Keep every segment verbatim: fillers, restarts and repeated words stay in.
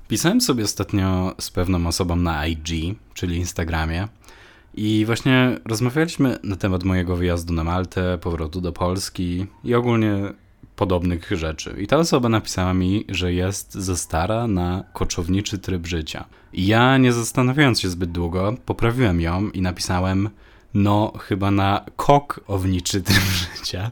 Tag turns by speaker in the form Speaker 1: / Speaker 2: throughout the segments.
Speaker 1: Pisałem sobie ostatnio z pewną osobą na I G, czyli Instagramie, i właśnie rozmawialiśmy na temat mojego wyjazdu na Maltę, powrotu do Polski i ogólnie podobnych rzeczy. I ta osoba napisała mi, że jest za stara na koczowniczy tryb życia. I ja, nie zastanawiając się zbyt długo, poprawiłem ją i napisałem, no chyba na kokowniczy tryb życia.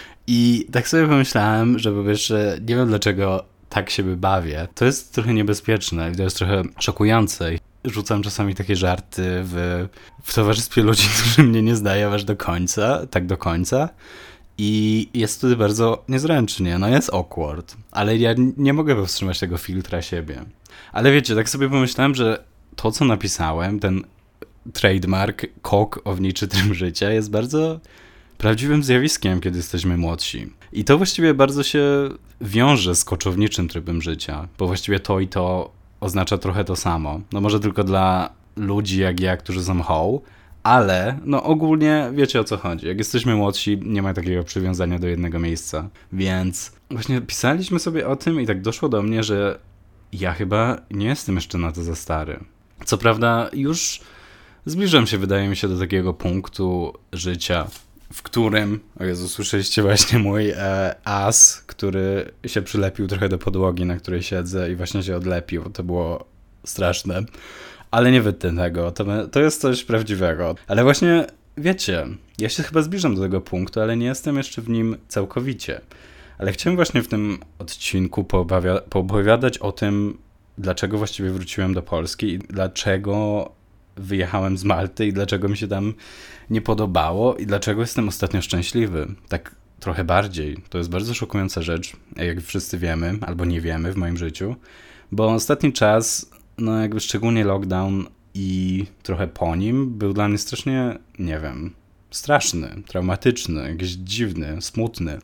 Speaker 1: I tak sobie pomyślałem, że po pierwsze nie wiem dlaczego tak się bawię. To jest trochę niebezpieczne i to jest trochę szokujące. Rzucam czasami takie żarty w, w towarzystwie ludzi, którzy mnie nie znają aż do końca, tak do końca. I jest wtedy bardzo niezręcznie, no jest awkward, ale ja nie mogę powstrzymać tego filtra siebie. Ale wiecie, tak sobie pomyślałem, że to, co napisałem, ten trademark kokowniczy tryb życia jest bardzo prawdziwym zjawiskiem, kiedy jesteśmy młodsi. I to właściwie bardzo się wiąże z koczowniczym trybem życia, bo właściwie to i to oznacza trochę to samo. No może tylko dla ludzi jak ja, którzy są whole, ale no ogólnie wiecie o co chodzi. Jak jesteśmy młodsi, nie ma takiego przywiązania do jednego miejsca. Więc właśnie pisaliśmy sobie o tym i tak doszło do mnie, że ja chyba nie jestem jeszcze na to za stary. Co prawda już zbliżam się, wydaje mi się, do takiego punktu życia, w którym, o Jezu, słyszeliście właśnie mój e, as, który się przylepił trochę do podłogi, na której siedzę i właśnie się odlepił. To było straszne. Ale nie wytnę tego, to, to jest coś prawdziwego. Ale właśnie, wiecie, ja się chyba zbliżam do tego punktu, ale nie jestem jeszcze w nim całkowicie. Ale chciałem właśnie w tym odcinku poobawia- poopowiadać o tym, dlaczego właściwie wróciłem do Polski i dlaczego wyjechałem z Malty i dlaczego mi się tam nie podobało i dlaczego jestem ostatnio szczęśliwy. Tak trochę bardziej. To jest bardzo szokująca rzecz, jak wszyscy wiemy, albo nie wiemy w moim życiu, bo ostatni czas, no jakby szczególnie lockdown i trochę po nim, był dla mnie strasznie, nie wiem, straszny, traumatyczny, jakiś dziwny, smutny.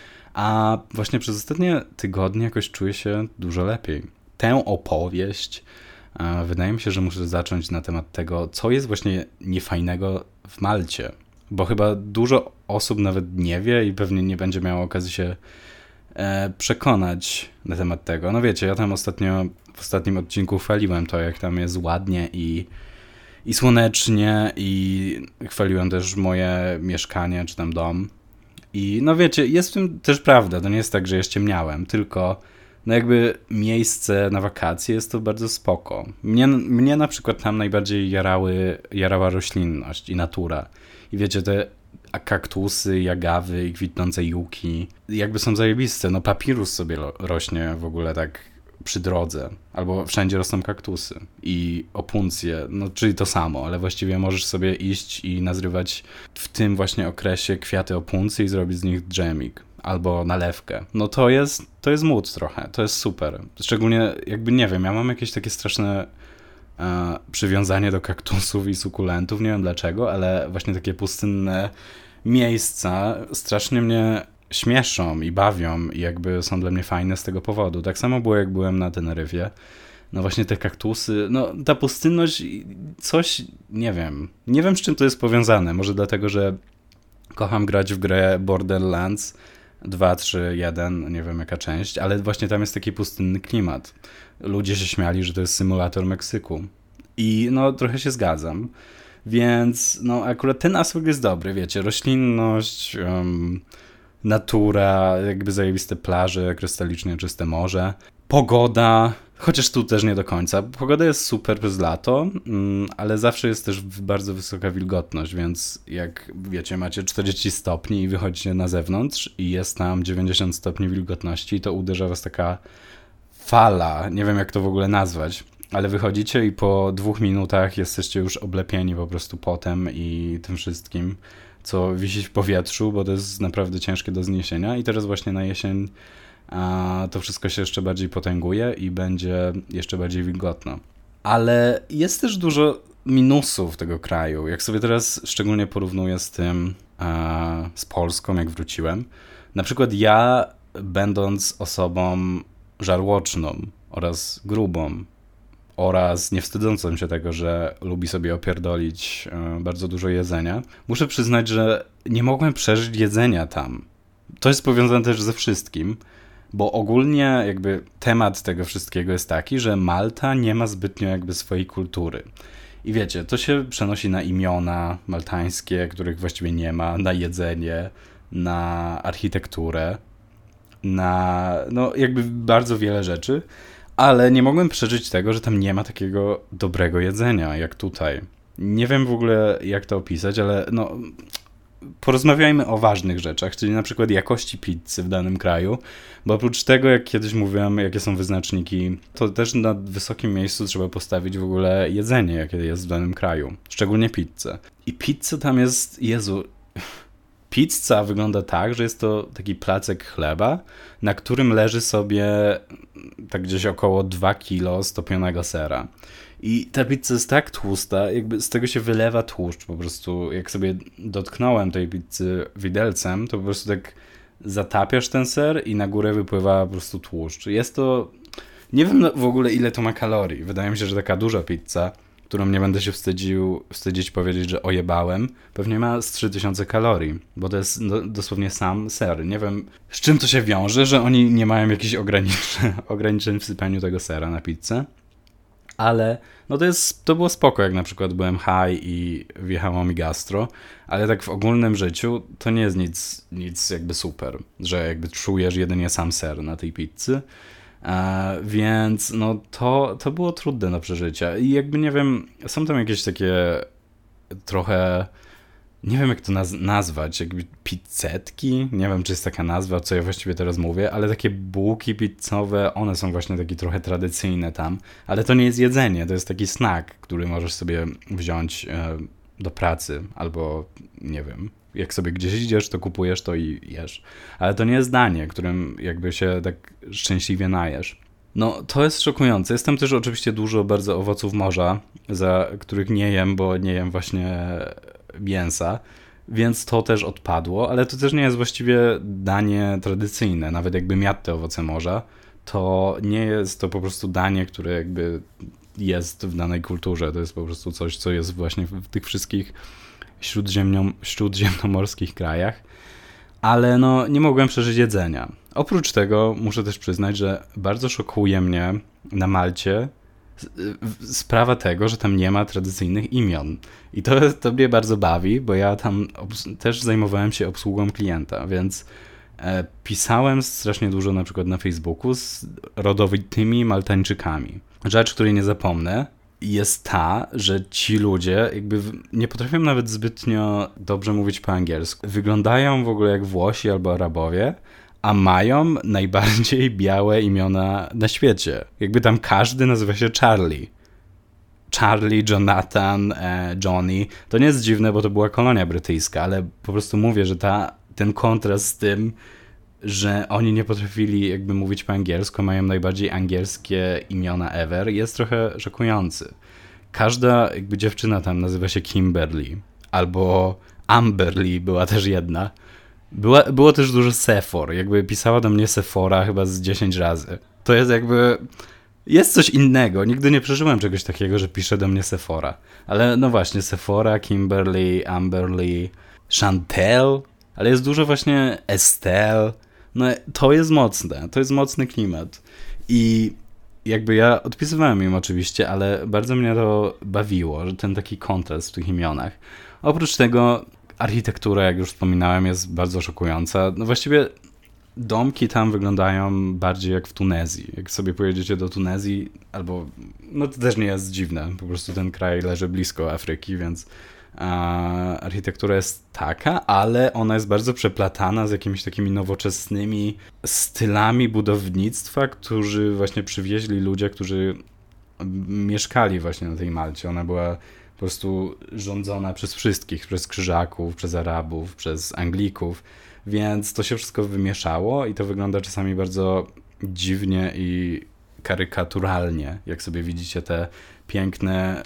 Speaker 1: A właśnie przez ostatnie tygodnie jakoś czuję się dużo lepiej. Tę opowieść wydaje mi się, że muszę zacząć na temat tego, co jest właśnie niefajnego w Malcie. Bo chyba dużo osób nawet nie wie i pewnie nie będzie miało okazji się e, przekonać na temat tego. No wiecie, ja tam ostatnio, w ostatnim odcinku chwaliłem to, jak tam jest ładnie i, i słonecznie i chwaliłem też moje mieszkanie czy tam dom. I no wiecie, jest w tym też prawda, to nie jest tak, że ja ściemniałem, tylko no jakby miejsce na wakacje jest to bardzo spoko. Mnie, mnie na przykład tam najbardziej jarały, jarała roślinność i natura. I wiecie, te kaktusy, jagawy i kwitnące juki jakby są zajebiste. No papirus sobie rośnie w ogóle tak przy drodze. Albo wszędzie rosną kaktusy i opuncje, no czyli to samo, ale właściwie możesz sobie iść i nazrywać w tym właśnie okresie kwiaty opuncji i zrobić z nich dżemik. Albo nalewkę. No to jest, to jest mood trochę, to jest super. Szczególnie jakby, nie wiem, ja mam jakieś takie straszne e, przywiązanie do kaktusów i sukulentów, nie wiem dlaczego, ale właśnie takie pustynne miejsca strasznie mnie śmieszą i bawią i jakby są dla mnie fajne z tego powodu. Tak samo było, jak byłem na Teneryfie. No właśnie te kaktusy, no ta pustynność, coś, nie wiem, nie wiem z czym to jest powiązane. Może dlatego, że kocham grać w grę Borderlands dwa, trzy, jeden, nie wiem jaka część, ale właśnie tam jest taki pustynny klimat. Ludzie się śmiali, że to jest symulator Meksyku. I no trochę się zgadzam. Więc no akurat ten aspekt jest dobry, wiecie, roślinność, um, natura, jakby zajebiste plaże, krystalicznie czyste morze, pogoda, chociaż tu też nie do końca. Pogoda jest super przez lato, ale zawsze jest też bardzo wysoka wilgotność, więc jak wiecie, macie czterdzieści stopni i wychodzicie na zewnątrz i jest tam dziewięćdziesiąt stopni wilgotności, to uderza was taka fala, nie wiem jak to w ogóle nazwać, ale wychodzicie i po dwóch minutach jesteście już oblepieni po prostu potem i tym wszystkim, co wisi w powietrzu, bo to jest naprawdę ciężkie do zniesienia i teraz właśnie na jesień a to wszystko się jeszcze bardziej potęguje i będzie jeszcze bardziej wilgotno. Ale jest też dużo minusów tego kraju. Jak sobie teraz szczególnie porównuję z tym, a, z Polską, jak wróciłem. Na przykład ja, będąc osobą żarłoczną oraz grubą oraz nie wstydzącą się tego, że lubi sobie opierdolić a, bardzo dużo jedzenia, muszę przyznać, że nie mogłem przeżyć jedzenia tam. To jest powiązane też ze wszystkim, Bo ogólnie jakby temat tego wszystkiego jest taki, że Malta nie ma zbytnio jakby swojej kultury. I wiecie, to się przenosi na imiona maltańskie, których właściwie nie ma, na jedzenie, na architekturę, na no jakby bardzo wiele rzeczy, ale nie mogłem przeżyć tego, że tam nie ma takiego dobrego jedzenia jak tutaj. Nie wiem w ogóle jak to opisać, ale no porozmawiajmy o ważnych rzeczach, czyli na przykład jakości pizzy w danym kraju, bo oprócz tego, jak kiedyś mówiłem, jakie są wyznaczniki, to też na wysokim miejscu trzeba postawić w ogóle jedzenie, jakie jest w danym kraju, szczególnie pizzę. I pizza tam jest, Jezu, pizza wygląda tak, że jest to taki placek chleba, na którym leży sobie tak gdzieś około dwa kilo stopionego sera. I ta pizza jest tak tłusta, jakby z tego się wylewa tłuszcz po prostu. Jak sobie dotknąłem tej pizzy widelcem, to po prostu tak zatapiasz ten ser i na górę wypływa po prostu tłuszcz. Jest to... Nie wiem w ogóle ile to ma kalorii. Wydaje mi się, że taka duża pizza, którą nie będę się wstydził, wstydzić powiedzieć, że ojebałem, pewnie ma z trzy tysiące kalorii, bo to jest no, dosłownie sam ser. Nie wiem, z czym to się wiąże, że oni nie mają jakichś ograniczeń, ograniczeń w sypaniu tego sera na pizzę. Ale no to jest, to było spoko, jak na przykład byłem high i wjechało mi gastro, ale tak w ogólnym życiu to nie jest nic, nic jakby super, że jakby czujesz jedynie sam ser na tej pizzy, e, więc no to, to było trudne do przeżycia i jakby nie wiem, są tam jakieś takie trochę... Nie wiem, jak to naz- nazwać, jakby pizzetki, nie wiem, czy jest taka nazwa, co ja właściwie teraz mówię, ale takie bułki pizzowe, one są właśnie takie trochę tradycyjne tam, ale to nie jest jedzenie, to jest taki snack, który możesz sobie wziąć e, do pracy, albo nie wiem, jak sobie gdzieś idziesz, to kupujesz to i jesz, ale to nie jest danie, którym jakby się tak szczęśliwie najesz. No, to jest szokujące. Jest tam też oczywiście dużo bardzo owoców morza, za których nie jem, bo nie jem właśnie mięsa, więc to też odpadło, ale to też nie jest właściwie danie tradycyjne. Nawet jakbym jadł te owoce morza, to nie jest to po prostu danie, które jakby jest w danej kulturze. To jest po prostu coś, co jest właśnie w tych wszystkich śródziemno- śródziemnomorskich krajach. Ale no, nie mogłem przeżyć jedzenia. Oprócz tego muszę też przyznać, że bardzo szokuje mnie na Malcie sprawa tego, że tam nie ma tradycyjnych imion. I to, to mnie bardzo bawi, bo ja tam obs- też zajmowałem się obsługą klienta, więc e, pisałem strasznie dużo na przykład na Facebooku z rodowitymi Maltańczykami. Rzecz, której nie zapomnę, jest ta, że ci ludzie jakby nie potrafią nawet zbytnio dobrze mówić po angielsku. Wyglądają w ogóle jak Włosi albo Arabowie, a mają najbardziej białe imiona na świecie. Jakby tam każdy nazywa się Charlie. Charlie, Jonathan, e, Johnny. To nie jest dziwne, bo to była kolonia brytyjska, ale po prostu mówię, że ta, ten kontrast z tym, że oni nie potrafili jakby mówić po angielsku, mają najbardziej angielskie imiona ever, jest trochę szokujący. Każda jakby dziewczyna tam nazywa się Kimberly, albo Amberly była też jedna. Była, było też dużo Sephor, jakby pisała do mnie Sephora chyba z dziesięć razy. To jest jakby... Jest coś innego, nigdy nie przeżyłem czegoś takiego, że pisze do mnie Sephora. Ale no właśnie, Sephora, Kimberly, Amberly, Chantel, ale jest dużo właśnie Estelle. No to jest mocne, to jest mocny klimat. I jakby ja odpisywałem im oczywiście, ale bardzo mnie to bawiło, że ten taki kontrast w tych imionach. Oprócz tego architektura, jak już wspominałem, jest bardzo szokująca. No właściwie domki tam wyglądają bardziej jak w Tunezji. Jak sobie pojedziecie do Tunezji, albo, no to też nie jest dziwne, po prostu ten kraj leży blisko Afryki, więc a, architektura jest taka, ale ona jest bardzo przeplatana z jakimiś takimi nowoczesnymi stylami budownictwa, którzy właśnie przywieźli ludzie, którzy mieszkali właśnie na tej Malcie. Ona była po prostu rządzona przez wszystkich, przez Krzyżaków, przez Arabów, przez Anglików, więc to się wszystko wymieszało i to wygląda czasami bardzo dziwnie i karykaturalnie, jak sobie widzicie te piękne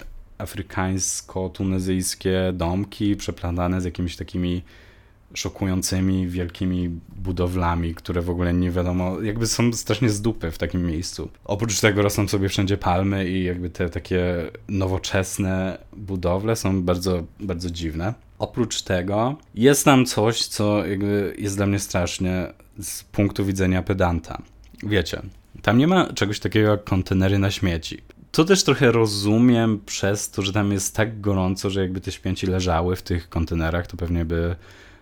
Speaker 1: afrykańsko-tunezyjskie domki przeplatane z jakimiś takimi szokującymi, wielkimi budowlami, które w ogóle nie wiadomo, jakby są strasznie z dupy w takim miejscu. Oprócz tego rosną sobie wszędzie palmy i jakby te takie nowoczesne budowle są bardzo, bardzo dziwne. Oprócz tego jest tam coś, co jakby jest dla mnie strasznie z punktu widzenia pedanta. wiecie, tam nie ma czegoś takiego jak kontenery na śmieci. To też trochę rozumiem przez to, że tam jest tak gorąco, że jakby te śmieci leżały w tych kontenerach, to pewnie by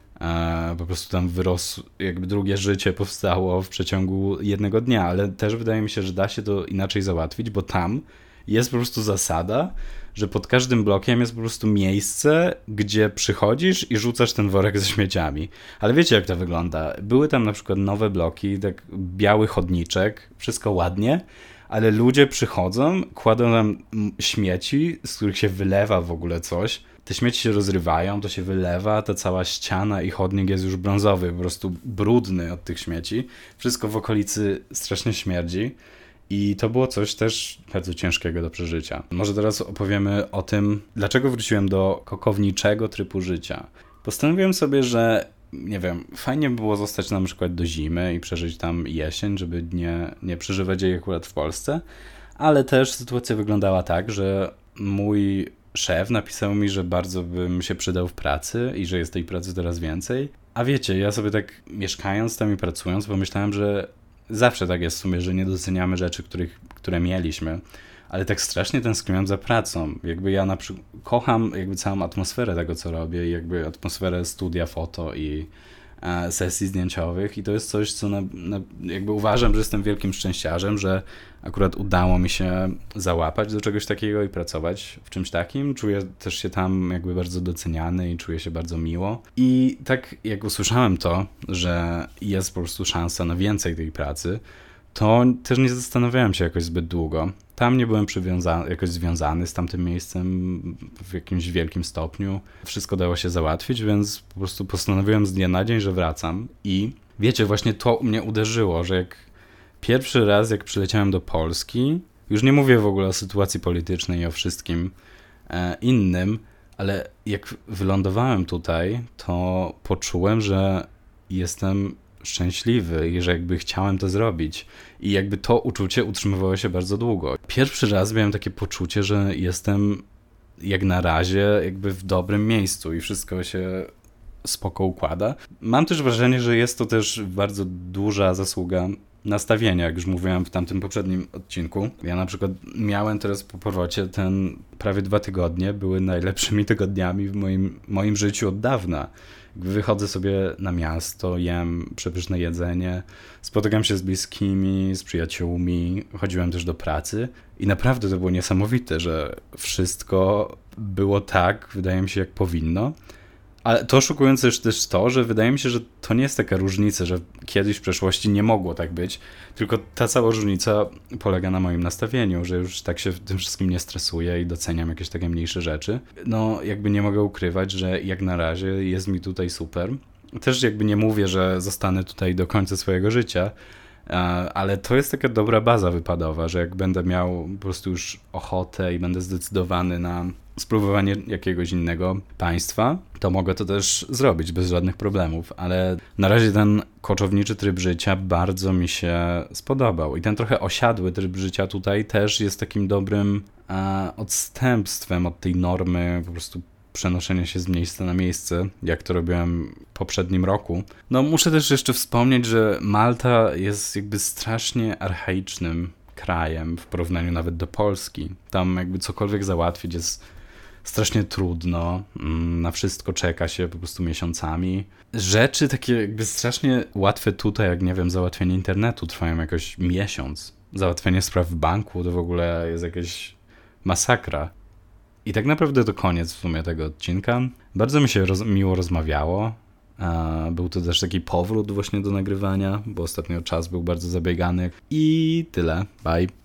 Speaker 1: e, po prostu tam wyrosło, jakby drugie życie powstało w przeciągu jednego dnia, ale też wydaje mi się, że da się to inaczej załatwić, bo tam jest po prostu zasada, że pod każdym blokiem jest po prostu miejsce, gdzie przychodzisz i rzucasz ten worek ze śmieciami. Ale wiecie, jak to wygląda? Były tam na przykład nowe bloki, tak biały chodniczek, wszystko ładnie, ale ludzie przychodzą, kładą tam śmieci, z których się wylewa w ogóle coś. Te śmieci się rozrywają, to się wylewa, ta cała ściana i chodnik jest już brązowy, po prostu brudny od tych śmieci. Wszystko w okolicy strasznie śmierdzi. I to było coś też bardzo ciężkiego do przeżycia. Może teraz opowiemy o tym, dlaczego wróciłem do kokowniczego trybu życia. Postanowiłem sobie, że nie wiem, fajnie by było zostać na przykład do zimy i przeżyć tam jesień, żeby nie, nie przeżywać jej akurat w Polsce, ale też sytuacja wyglądała tak, że mój szef napisał mi, że bardzo bym się przydał w pracy i że jest tej pracy coraz więcej. A wiecie, ja sobie tak mieszkając tam i pracując, pomyślałem, że zawsze tak jest w sumie, że nie doceniamy rzeczy, których, które mieliśmy, ale tak strasznie tęskniłem za pracą. Jakby ja na przykład kocham jakby całą atmosferę tego, co robię i jakby atmosferę studia foto i e, sesji zdjęciowych i to jest coś, co na, na, jakby uważam, że jestem wielkim szczęściarzem, że akurat udało mi się załapać do czegoś takiego i pracować w czymś takim. Czuję też się tam jakby bardzo doceniany i czuję się bardzo miło. I tak jak usłyszałem to, że jest po prostu szansa na więcej tej pracy, to też nie zastanawiałem się jakoś zbyt długo. Tam nie byłem przywiązany, jakoś związany z tamtym miejscem w jakimś wielkim stopniu. Wszystko dało się załatwić, więc po prostu postanowiłem z dnia na dzień, że wracam. I wiecie, właśnie to mnie uderzyło, że jak pierwszy raz, jak przyleciałem do Polski, już nie mówię w ogóle o sytuacji politycznej i o wszystkim e, innym, ale jak wylądowałem tutaj, to poczułem, że jestem szczęśliwy i że jakby chciałem to zrobić. I jakby to uczucie utrzymywało się bardzo długo. Pierwszy raz miałem takie poczucie, że jestem jak na razie jakby w dobrym miejscu i wszystko się spoko układa. Mam też wrażenie, że jest to też bardzo duża zasługa nastawienia, jak już mówiłem w tamtym poprzednim odcinku. Ja na przykład miałem teraz po powrocie ten prawie dwa tygodnie, były najlepszymi tygodniami w moim, moim życiu od dawna. Wychodzę sobie na miasto, jem przepyszne jedzenie, spotykam się z bliskimi, z przyjaciółmi, chodziłem też do pracy i naprawdę to było niesamowite, że wszystko było tak, wydaje mi się, jak powinno. Ale to szokujące jest też to, że wydaje mi się, że to nie jest taka różnica, że kiedyś w przeszłości nie mogło tak być, tylko ta cała różnica polega na moim nastawieniu, że już tak się tym wszystkim nie stresuję i doceniam jakieś takie mniejsze rzeczy. No jakby nie mogę ukrywać, że jak na razie jest mi tutaj super. Też jakby nie mówię, że zostanę tutaj do końca swojego życia, ale to jest taka dobra baza wypadowa, że jak będę miał po prostu już ochotę i będę zdecydowany na spróbowanie jakiegoś innego państwa, to mogę to też zrobić bez żadnych problemów, ale na razie ten koczowniczy tryb życia bardzo mi się spodobał i ten trochę osiadły tryb życia tutaj też jest takim dobrym e, odstępstwem od tej normy po prostu przenoszenia się z miejsca na miejsce, jak to robiłem w poprzednim roku. No muszę też jeszcze wspomnieć, że Malta jest jakby strasznie archaicznym krajem w porównaniu nawet do Polski. Tam jakby cokolwiek załatwić jest strasznie trudno, na wszystko czeka się po prostu miesiącami. Rzeczy takie jakby strasznie łatwe tutaj, jak nie wiem, załatwienie internetu trwają jakoś miesiąc. Załatwienie spraw w banku to w ogóle jest jakaś masakra. I tak naprawdę to koniec w sumie tego odcinka. Bardzo mi się roz- miło rozmawiało. Był to też taki powrót właśnie do nagrywania, bo ostatnio czas był bardzo zabiegany. I tyle. Bye.